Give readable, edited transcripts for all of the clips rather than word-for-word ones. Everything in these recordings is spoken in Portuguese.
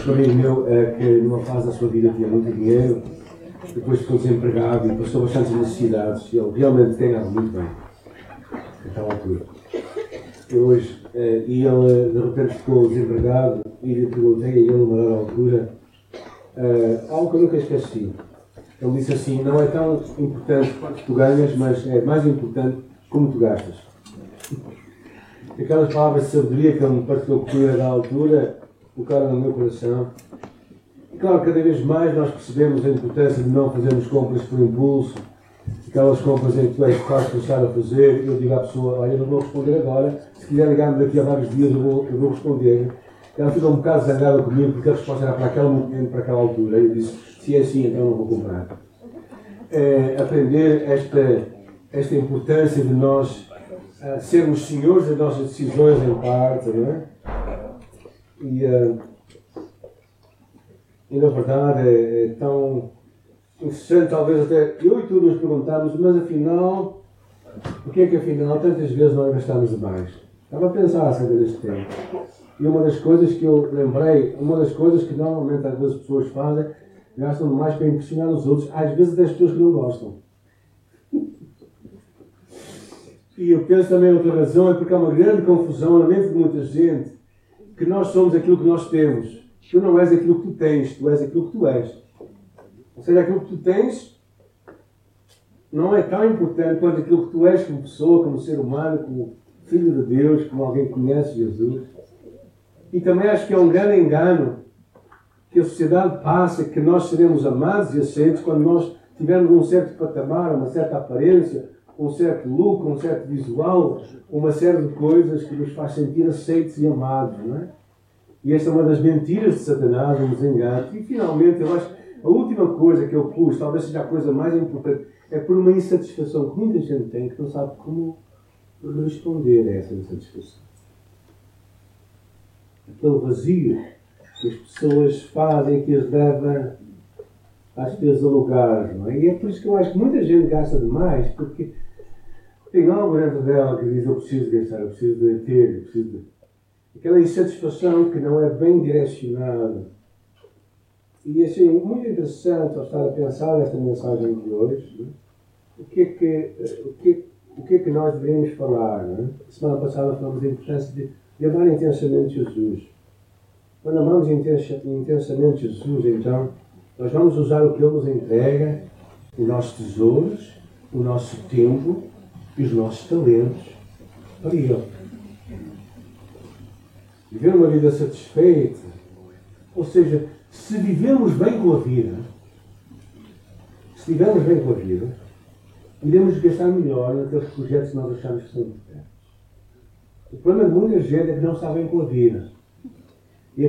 um amigo meu que numa fase da sua vida tinha muito dinheiro, depois ficou desempregado e passou bastantes necessidades. Ele realmente ganhava muito bem naquela altura. E ele de repente ficou desempregado e lhe perguntei a ele, numa dada altura, algo que eu nunca esqueci. Ele disse assim: não é tão importante quanto tu ganhas, mas é mais importante como tu gastas. Aquelas palavras de sabedoria que ele me partilhou comigo da altura tocaram no meu coração. E claro, cada vez mais nós percebemos a importância de não fazermos compras por impulso, aquelas compras em que tu és capaz de começar a fazer. Eu digo à pessoa: olha, eu não vou responder agora, se quiser ligar-me daqui a vários dias eu vou responder. Ela ficou um bocado zangada comigo porque a resposta era para aquele momento, para aquela altura. Eu disse: se é assim, então não vou comprar. Aprender esta importância de nós sermos senhores das nossas decisões em parte, não é? E na verdade é tão interessante, talvez até eu e tu nos perguntarmos, mas afinal, porque é que afinal tantas vezes nós gastamos demais? Estava a pensar acerca deste tema. E uma das coisas que eu lembrei, uma das coisas que normalmente às vezes as pessoas fazem, gastam demais para impressionar os outros, às vezes até as pessoas que não gostam. E eu penso também outra razão, é porque há uma grande confusão na mente de muita gente, que nós somos aquilo que nós temos. Tu não és aquilo que tu tens, tu és aquilo que tu és. Ou seja, aquilo que tu tens não é tão importante quanto aquilo que tu és como pessoa, como ser humano, como filho de Deus, como alguém que conhece Jesus. E também acho que é um grande engano que a sociedade passa, que nós seremos amados e aceitos quando nós tivermos um certo patamar, uma certa aparência, um certo look, um certo visual, uma série de coisas que nos faz sentir aceitos e amados, não é? E esta é uma das mentiras de Satanás, um desengano. E finalmente, eu acho que a última coisa que eu pus, talvez seja a coisa mais importante, é por uma insatisfação que muita gente tem, que não sabe como responder a essa insatisfação. Aquele vazio que as pessoas fazem, que as leva às vezes a lugares, não é? E é por isso que eu acho que muita gente gasta demais, porque tem algo dentro dela que diz: eu preciso de gastar, eu preciso de ter, eu preciso de... Aquela insatisfação que não é bem direcionada. E achei muito interessante ao estar a pensar nesta mensagem de hoje, não é? O que é que nós devemos falar, não é? Semana passada falamos da importância de amar intensamente Jesus. Quando amamos intensamente Jesus, então, nós vamos usar o que Ele nos entrega, os nossos tesouros, o nosso tempo e os nossos talentos para Ele. Viver uma vida satisfeita, ou seja, se vivemos bem com a vida, iremos gastar melhor naqueles projetos que nós achamos que são importantes. O problema de muita gente é que não está bem com a vida. E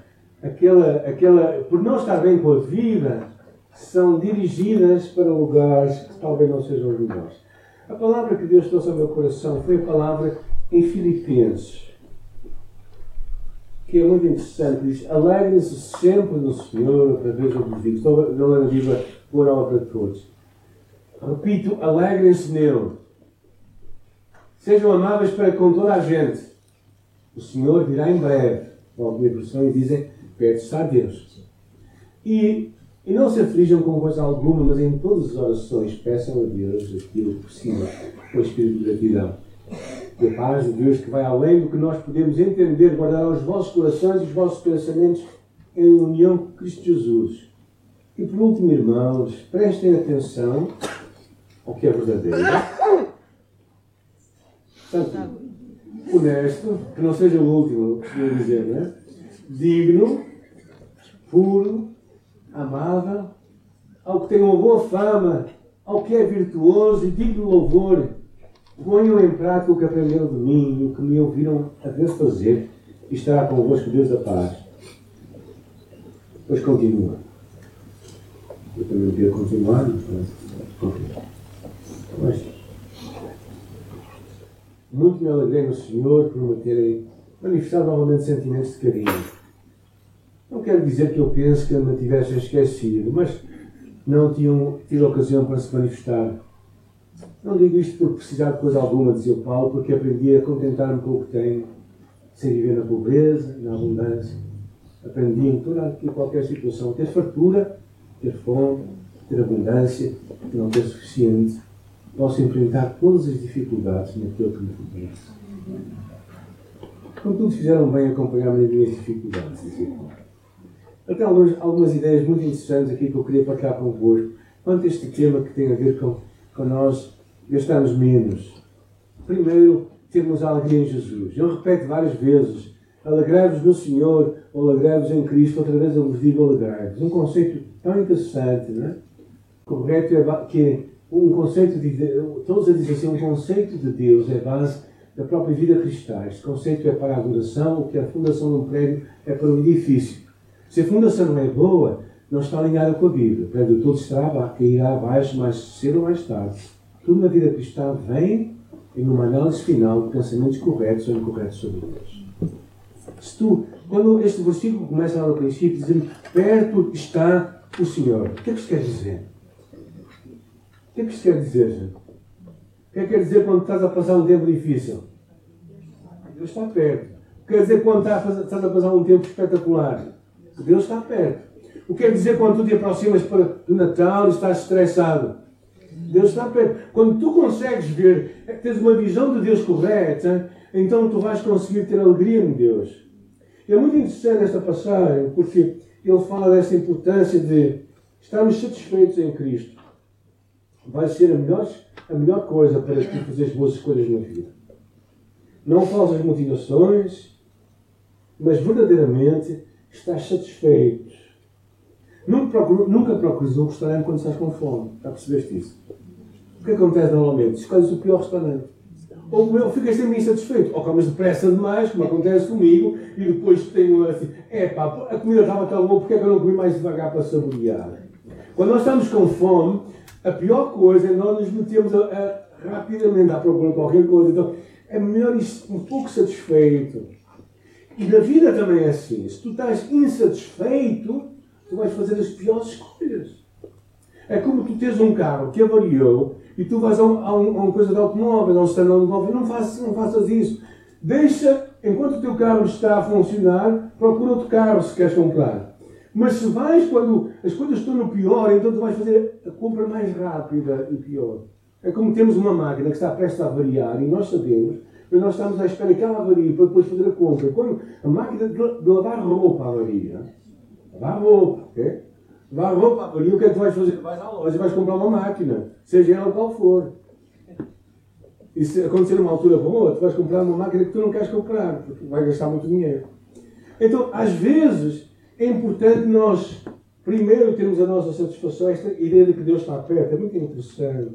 por não estar bem com a vida, são dirigidas para lugares que talvez não sejam os melhores. A palavra que Deus trouxe ao meu coração foi a palavra em Filipenses, que é muito interessante. Diz: alegrem-se sempre no Senhor. Outra vez eu vos digo, estou a ler a Bíblia por obra de todos. Repito, alegrem-se nele. Sejam amáveis para com toda a gente. O Senhor virá em breve. Algumas versões dizem: perto está Deus. E não se aflijam com coisa alguma, mas em todas as orações peçam a Deus aquilo que precisam, com o espírito de gratidão. E a paz de Deus, que vai além do que nós podemos entender, guardará os vossos corações e os vossos pensamentos em união com Cristo Jesus. E por último, irmãos, prestem atenção ao que é verdadeiro, portanto, honesto, que não seja o último, queria dizer, não é? Digno, puro, amável, ao que tem uma boa fama, ao que é virtuoso e digno de louvor. Ponham em prática o que aprenderam de mim e o que me ouviram a Deus fazer, e estará convosco Deus da paz. Depois continua. Eu também queria continuar, mas muito me alegrei no Senhor por me terem manifestado novamente sentimentos de carinho. Não quero dizer que eu penso que me tivessem esquecido, mas não tinham tido ocasião para se manifestar. Não digo isto por precisar de coisa alguma, dizia o Paulo, porque aprendi a contentar-me com o que tenho, sem viver na pobreza, na abundância. Aprendi em toda e qualquer situação ter fartura, ter fome, ter abundância, não ter suficiente. Posso enfrentar todas as dificuldades naquilo que me fornece. Contudo, fizeram bem acompanhar-me nas minhas dificuldades. Eu tenho algumas ideias muito interessantes aqui que eu queria partilhar convosco quanto a este tema que tem a ver com nós gastarmos menos. Primeiro, termos a alegria em Jesus. Eu repito várias vezes, alegrai-vos no Senhor, ou alegrai-vos em Cristo, outra vez eu vos digo alegrai-vos. Um conceito tão interessante, não é? Correto é que um conceito de Deus, todos a dizer assim, um conceito de Deus é a base da própria vida cristã. Este conceito é para a adoração, o que a fundação de um prédio é para o edifício. Se a fundação não é boa, não está alinhada com a Bíblia. O prédio todo cairá abaixo mais cedo ou mais tarde. Tudo na vida cristã vem em uma análise final de pensamentos corretos ou incorretos sobre Deus. Quando este versículo começa lá no princípio, dizendo perto está o Senhor. O que é que isto quer dizer? O que é que isto quer dizer, gente? O que é que quer dizer quando estás a passar um tempo difícil? Deus está perto. O que quer dizer quando estás a passar um tempo espetacular? Deus está perto. O que quer dizer quando tu te aproximas do Natal e estás estressado? Deus está perto. Quando tu consegues ver, tens uma visão de Deus correta, então tu vais conseguir ter alegria em Deus. E é muito interessante esta passagem, porque ele fala dessa importância de estarmos satisfeitos em Cristo. Vai ser a melhor coisa para tu fazeres boas escolhas na vida. Não falsas motivações, mas verdadeiramente estás satisfeito. Nunca procures um restaurante quando estás com fome. Já percebeste isso? O que acontece normalmente? Escolhes o pior restaurante. Ou ficas sempre insatisfeito. Ou comes depressa demais, como acontece comigo, e depois tenho assim, a comida estava tão boa, porque é que eu não comi mais devagar para saborear? Quando nós estamos com fome, a pior coisa é nós nos metemos rapidamente à procura de qualquer coisa. Então, é melhor ir um pouco satisfeito. E na vida também é assim. Se tu estás insatisfeito, tu vais fazer as piores escolhas. É como tu tens um carro que avariou e tu vais a uma coisa de automóveis, a um stand de automóveis, não faças isso. Deixa, enquanto o teu carro está a funcionar, procura outro carro se queres comprar. Mas se vais quando as coisas estão no pior, então tu vais fazer a compra mais rápida e pior. É como temos uma máquina que está prestes a avariar e nós sabemos, mas nós estamos à espera que ela avarie para depois fazer a compra. Quando a máquina de lavar roupa avaria, lavar roupa, ok? Lavar roupa avaria, o que é que tu vais fazer? Vais à loja e vais comprar uma máquina, seja ela qual for. E se acontecer numa altura boa, tu vais comprar uma máquina que tu não queres comprar, porque vai gastar muito dinheiro. Então, às vezes, é importante nós, primeiro, termos a nossa satisfação, esta ideia de que Deus está perto. É muito interessante.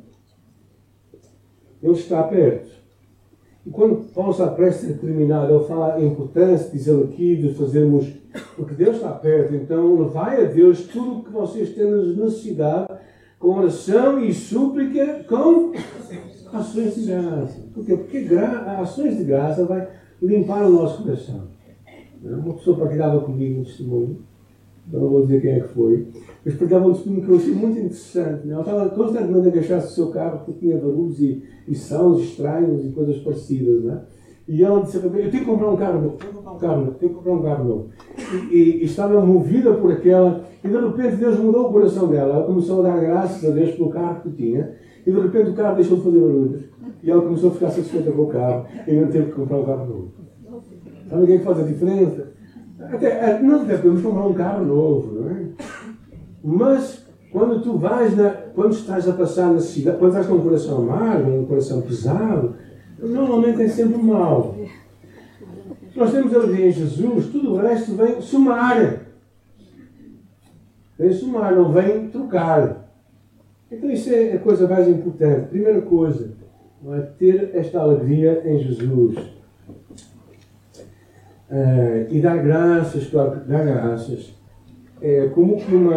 Ele está perto. E quando Paulo está prestes a terminar, ele fala a importância, diz ele aqui, de fazermos, porque Deus está perto, então levai a Deus tudo o que vocês têm necessidade, com oração e súplica, com ações de graça. Porquê? Porque ações de graça vai limpar o nosso coração. Uma pessoa partilhava comigo um testemunho, eu não vou dizer quem é que foi, mas partilhava um testemunho que eu achei muito interessante. Ela estava constantemente a gastar-se o seu carro porque tinha barulhos e sons estranhos e coisas parecidas, não é? E ela disse: eu tenho que comprar um carro novo, tenho que comprar um carro novo. E estava movida por aquela, e de repente Deus mudou o coração dela. Ela começou a dar graças a Deus pelo carro que tinha, e de repente o carro deixou de fazer barulhos. E ela começou a ficar satisfeita com o carro, e não teve que comprar um carro novo. Sabe o que é que faz a diferença? Nós até podemos comprar um carro novo, não é? Mas quando tu quando estás a passar necessidade, quando estás com um coração amargo, um coração pesado, normalmente é sempre mal. Se nós temos alegria em Jesus, tudo o resto vem somar. Vem somar, não vem trocar. Então isso é a coisa mais importante. Primeira coisa, não é ter esta alegria em Jesus. E dar graças, claro, dar graças é como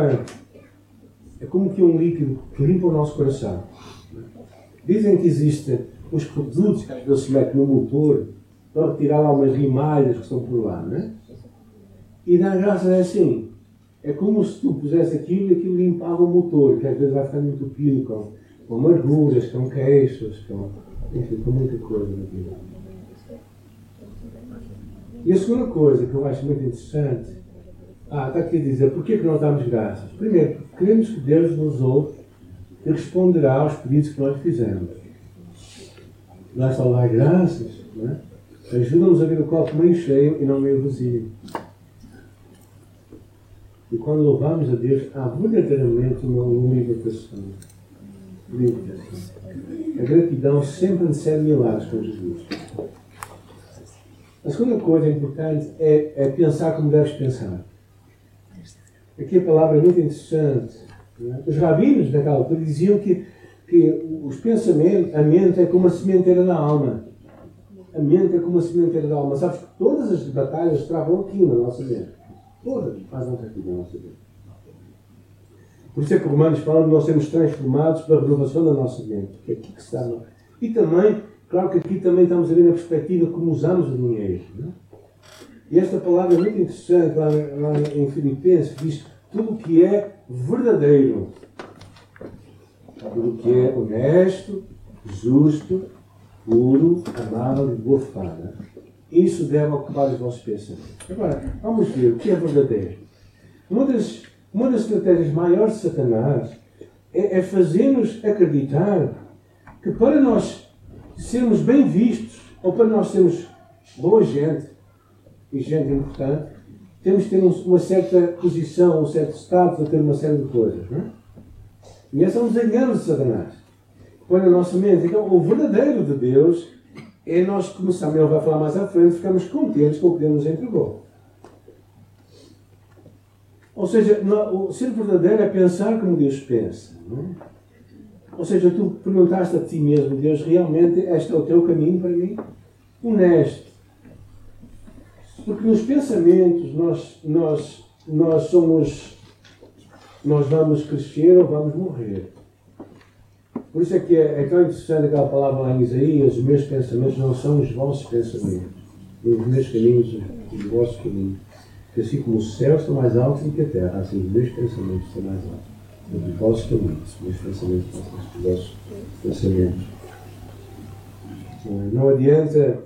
que um líquido que limpa o nosso coração. Dizem que existem uns produtos que às vezes se metem no motor para retirar lá umas rimalhas que estão por lá, não é? E dar graças é assim. É como se tu pusesse aquilo e aquilo limpava o motor, que às vezes vai ficando entupido com amarguras, com queixas, enfim, com muita coisa na vida. E a segunda coisa que eu acho muito interessante Está aqui a dizer, porquê que nós damos graças? Primeiro, porque queremos que Deus nos ouve e responderá aos pedidos que nós fizemos. Lá está lá graças, não é? Ajuda-nos a ver o copo meio cheio e não meio vazio. E quando louvamos a Deus, há verdadeiramente uma libertação. A gratidão sempre antecede milagres com Jesus. A segunda coisa importante é pensar como deves pensar. Aqui a palavra é muito interessante. Não é? Os rabinos daquela altura diziam que os pensamentos, a mente é como a sementeira da alma. A mente é como a sementeira da alma. Sabes que todas as batalhas travam aqui na nossa mente. Todas fazem aqui na nossa mente. Por isso é que Romanos fala de nós sermos transformados pela renovação da nossa mente. Que é aqui que está. E também, claro que aqui também estamos a ver na perspectiva como usamos o dinheiro. Não é? E esta palavra é muito interessante lá em Filipenses, que diz tudo o que é verdadeiro. Tudo o que é honesto, justo, puro, amável e boa fama. Isso deve ocupar os vossos pensamentos. Agora, vamos ver o que é verdadeiro. Uma das estratégias maiores de Satanás é fazer-nos acreditar que para nós sermos bem vistos, ou para nós sermos boa gente, e gente importante, temos que ter uma certa posição, um certo status, a ter uma série de coisas. Não é? E esses são os enganos de Satanás. Põe na nossa mente. Então, o verdadeiro de Deus é nós começarmos, ele vai falar mais à frente, ficamos contentes com o que Deus nos entregou. Ou seja, o ser verdadeiro é pensar como Deus pensa. Não é? Ou seja, tu perguntaste a ti mesmo, Deus, realmente este é o teu caminho para mim? Honesto. Porque nos pensamentos nós vamos crescer ou vamos morrer. Por isso é que é tão interessante aquela palavra lá em Isaías, os meus pensamentos não são os vossos pensamentos, os meus caminhos, os vossos caminhos. Que assim como os céus estão mais altos do que a terra, assim os meus pensamentos estão mais altos do que os vossos caminhos, os meus pensamentos são os vossos pensamentos. Não adianta,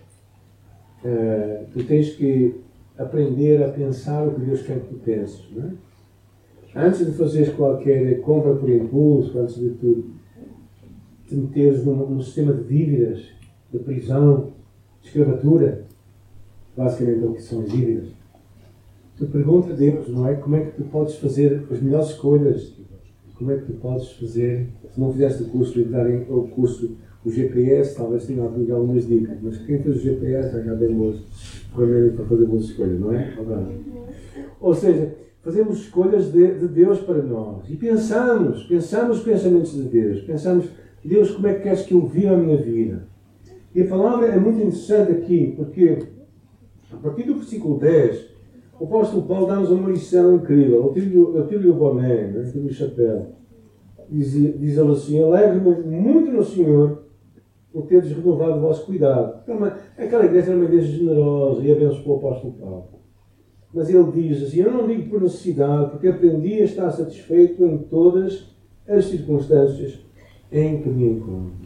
tu tens que aprender a pensar o que Deus quer que tu penses. Não é? Antes de fazeres qualquer compra por impulso, antes de tu te meteres num sistema de dívidas, de prisão, de escravatura, basicamente é o que são as dívidas, tu pergunta a Deus, não é? Como é que tu podes fazer as melhores escolhas? Como é que tu podes fazer, se não fizeste o curso, o GPS, talvez tenha algumas dicas, mas quem fez o GPS já tem boas ferramentas para fazer boas escolhas, não é? Ou seja, fazemos escolhas de Deus para nós e pensamos os pensamentos de Deus, pensamos, Deus, como é que queres que eu viva a minha vida? E a palavra é muito interessante aqui, porque a partir do versículo 10, o apóstolo Paulo dá-nos uma lição incrível. Eu tiro-lhe o boné, eu tiro-lhe o chapéu. Diz ele assim, alegro-me muito no Senhor por teres renovado o vosso cuidado. Aquela igreja era uma igreja generosa e abençoou o apóstolo Paulo. Mas ele diz assim, eu não digo por necessidade, porque aprendi a estar satisfeito em todas as circunstâncias em que me encontro.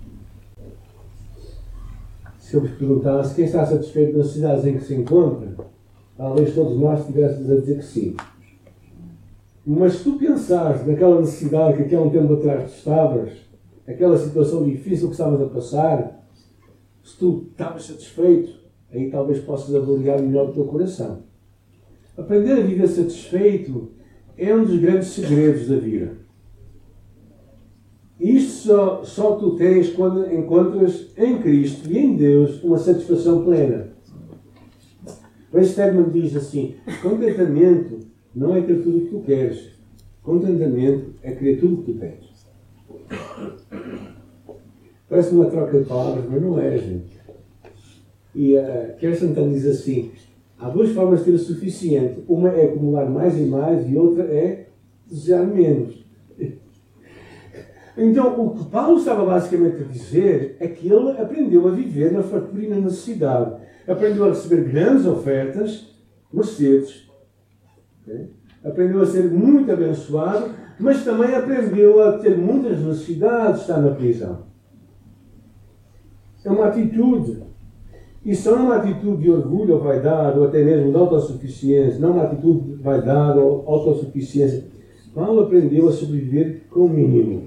Se eu vos perguntasse quem está satisfeito nas cidades em que se encontra, talvez todos nós estivéssemos a dizer que sim. Mas se tu pensares naquela necessidade que aqui há um tempo atrás tu estavas, aquela situação difícil que estavas a passar, se tu estavas satisfeito, aí talvez possas avaliar melhor o teu coração. Aprender a viver satisfeito é um dos grandes segredos da vida. Isto só tu tens quando encontras em Cristo e em Deus uma satisfação plena. O Stedman diz assim, contentamento não é ter tudo o que tu queres. Contentamento é querer tudo o que tu tens. Parece uma troca de palavras, mas não é, gente. E a Kerstan diz assim, há duas formas de ter o suficiente. Uma é acumular mais e mais e outra é desejar menos. Então, o que Paulo estava basicamente a dizer é que ele aprendeu a viver na fartura e na necessidade. Aprendeu a receber grandes ofertas, Mercedes. Okay? Aprendeu a ser muito abençoado, mas também aprendeu a ter muitas necessidades, estar na prisão. É uma atitude. E só numa atitude de orgulho ou vaidade, ou até mesmo de autossuficiência, não uma atitude de vaidade ou autossuficiência, Paulo aprendeu a sobreviver com o mínimo,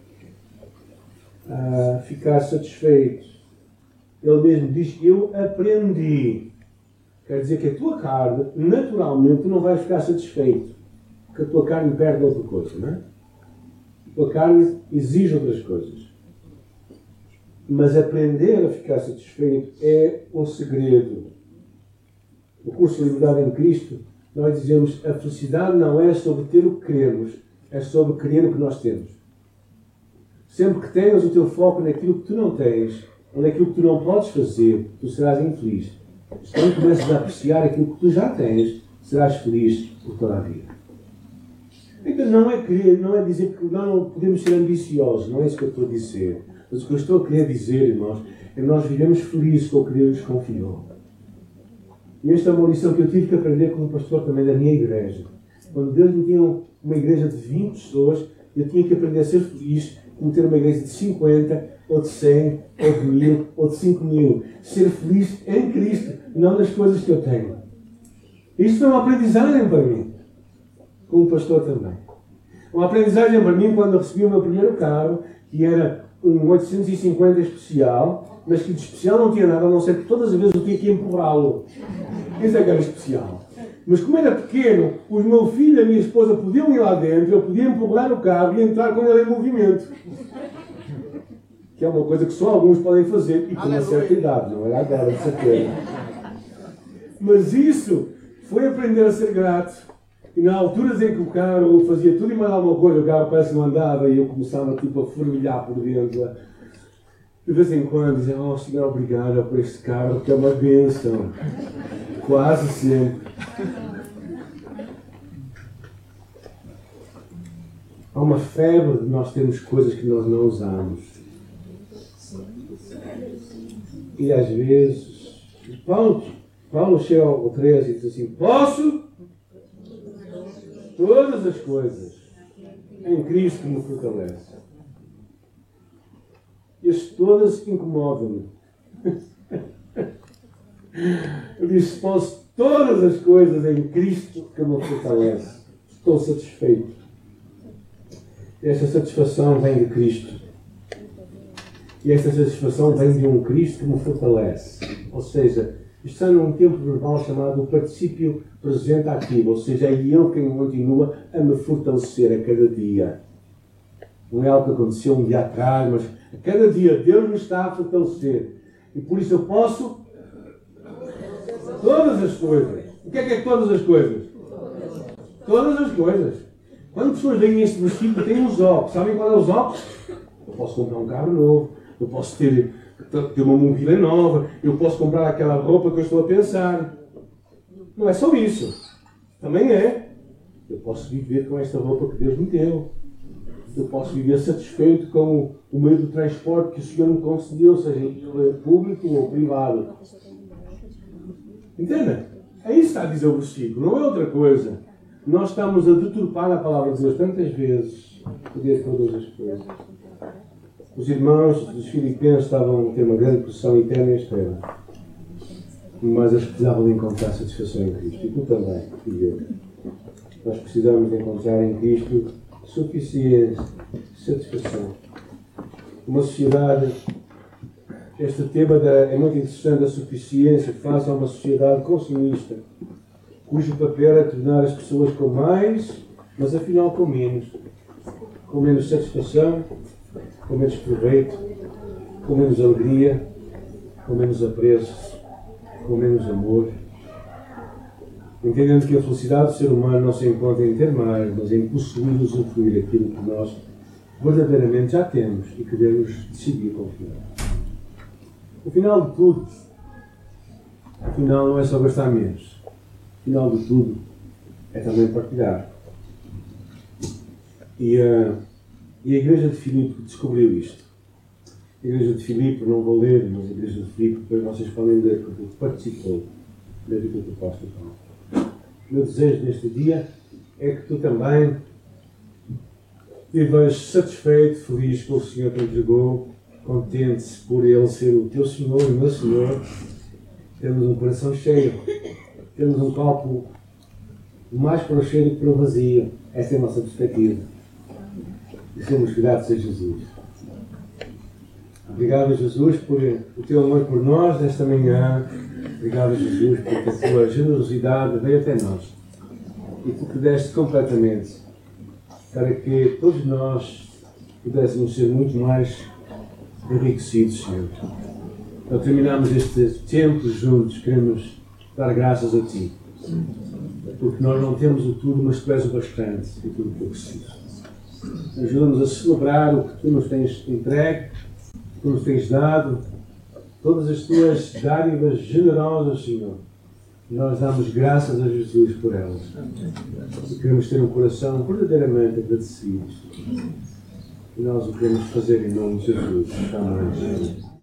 a ficar satisfeito. Ele mesmo diz: eu aprendi. Quer dizer que a tua carne, naturalmente, tu não vais ficar satisfeito. Porque a tua carne perde outra coisa, não é? A tua carne exige outras coisas. Mas aprender a ficar satisfeito é um segredo. No curso de Liberdade em Cristo, nós dizemos: a felicidade não é sobre ter o que queremos, é sobre querer o que nós temos. Sempre que tenhas o teu foco naquilo que tu não tens, ou naquilo que tu não podes fazer, tu serás infeliz. Quando começas a apreciar aquilo que tu já tens, serás feliz por toda a vida. Então não é querer, não é dizer que não podemos ser ambiciosos, não é isso que eu estou a dizer. Mas o que eu estou a querer dizer, irmãos, é que nós vivemos felizes com o que Deus nos confiou. E esta é uma lição que eu tive que aprender como pastor também da minha igreja. Quando Deus me tinha uma igreja de 20 pessoas, eu tinha que aprender a ser feliz como ter uma igreja de 50, ou de 100, ou de 1000, ou de 5000. Ser feliz em Cristo, não nas coisas que eu tenho. Isto foi uma aprendizagem para mim, como pastor também. Uma aprendizagem para mim quando eu recebi o meu primeiro carro, que era um 850 especial, mas que de especial não tinha nada, a não ser que todas as vezes eu tinha que empurrá-lo. Isso é que era especial. Mas como era pequeno, o meu filho e a minha esposa podiam ir lá dentro, eu podia empurrar o carro e entrar com ele em movimento. Que é uma coisa que só alguns podem fazer, e com uma certa idade, não era agora, de certeza. Mas isso foi aprender a ser grato. E na alturas em que o carro fazia tudo e mais alguma coisa, o carro parece que não andava e eu começava tipo a fervilhar por dentro. De vez em quando dizia: oh Senhor, obrigado por este carro, que é uma bênção. Quase sempre. Há uma febre de nós termos coisas que nós não usamos. E às vezes, Paulo chega ao 13 e diz assim: posso todas as coisas em Cristo que me fortalece. Este todas incomoda-me. Eu disse: posso todas as coisas em Cristo que me fortalece. Estou satisfeito. Esta satisfação vem de Cristo. E esta satisfação vem de um Cristo que me fortalece. Ou seja, isto está num tempo verbal chamado o particípio presente ativo. Ou seja, é Ele quem continua a me fortalecer a cada dia. Não é algo que aconteceu um dia atrás, mas a cada dia Deus me está a fortalecer. E por isso eu posso todas as coisas. O que é todas as coisas? Todas as coisas. Quando pessoas veem este versículo, têm os óculos. Sabem qual é os óculos? Eu posso comprar um carro novo. Eu posso ter uma mobília nova. Eu posso comprar aquela roupa que eu estou a pensar. Não é só isso. Também é. Eu posso viver com esta roupa que Deus me deu. Eu posso viver satisfeito com o meio de transporte que o Senhor me concedeu, seja ele público ou privado. Entendem? É isso que está a dizer o versículo, não é outra coisa. Nós estamos a deturpar a palavra de Deus tantas vezes, poder todas as coisas. Os irmãos dos Filipenses estavam a ter uma grande posição interna e externa, mas eles precisavam de encontrar satisfação em Cristo. E tu também, e eu. Nós precisamos de encontrar em Cristo suficiência, satisfação. Uma sociedade, este tema é muito interessante, a suficiência, face a uma sociedade consumista, cujo papel é tornar as pessoas com mais, mas afinal com menos satisfação, com menos proveito, com menos alegria, com menos apreço, com menos amor. Entendendo que a felicidade do ser humano não se encontra em ter mais, mas em possuir e usufruir aquilo que nós verdadeiramente já temos e que devemos decidir confiar. O final de tudo, afinal, não é só gastar menos. O final de tudo é também partilhar. E a igreja de Filipe descobriu isto. A igreja de Filipe, não vou ler, mas a igreja de Filipe, depois vocês podem ler, porque participou da vida do apóstolo Paulo. O meu desejo neste dia é que tu também vivas satisfeito, feliz com o Senhor que te entregou, contente por Ele ser o teu Senhor e o meu Senhor, temos um coração cheio, temos um copo mais para o cheio do que para o vazio. Essa é a nossa perspectiva. E sermos fidados a Jesus. Obrigado, Jesus, por o teu amor por nós nesta manhã. Obrigado, Jesus, porque a tua generosidade veio até nós. E tu te deste completamente para que todos nós pudéssemos ser muito mais enriquecidos, Senhor. Ao terminarmos este tempo juntos, queremos dar graças a Ti. Porque nós não temos o tudo, mas Tu és o bastante e tudo o que eu preciso. Ajuda-nos a celebrar o que Tu nos tens entregue, o que Tu nos tens dado, todas as Tuas dádivas generosas, Senhor. Nós damos graças a Jesus por elas. E queremos ter um coração verdadeiramente agradecido. E nós o queremos fazer em nome de Jesus. Amém.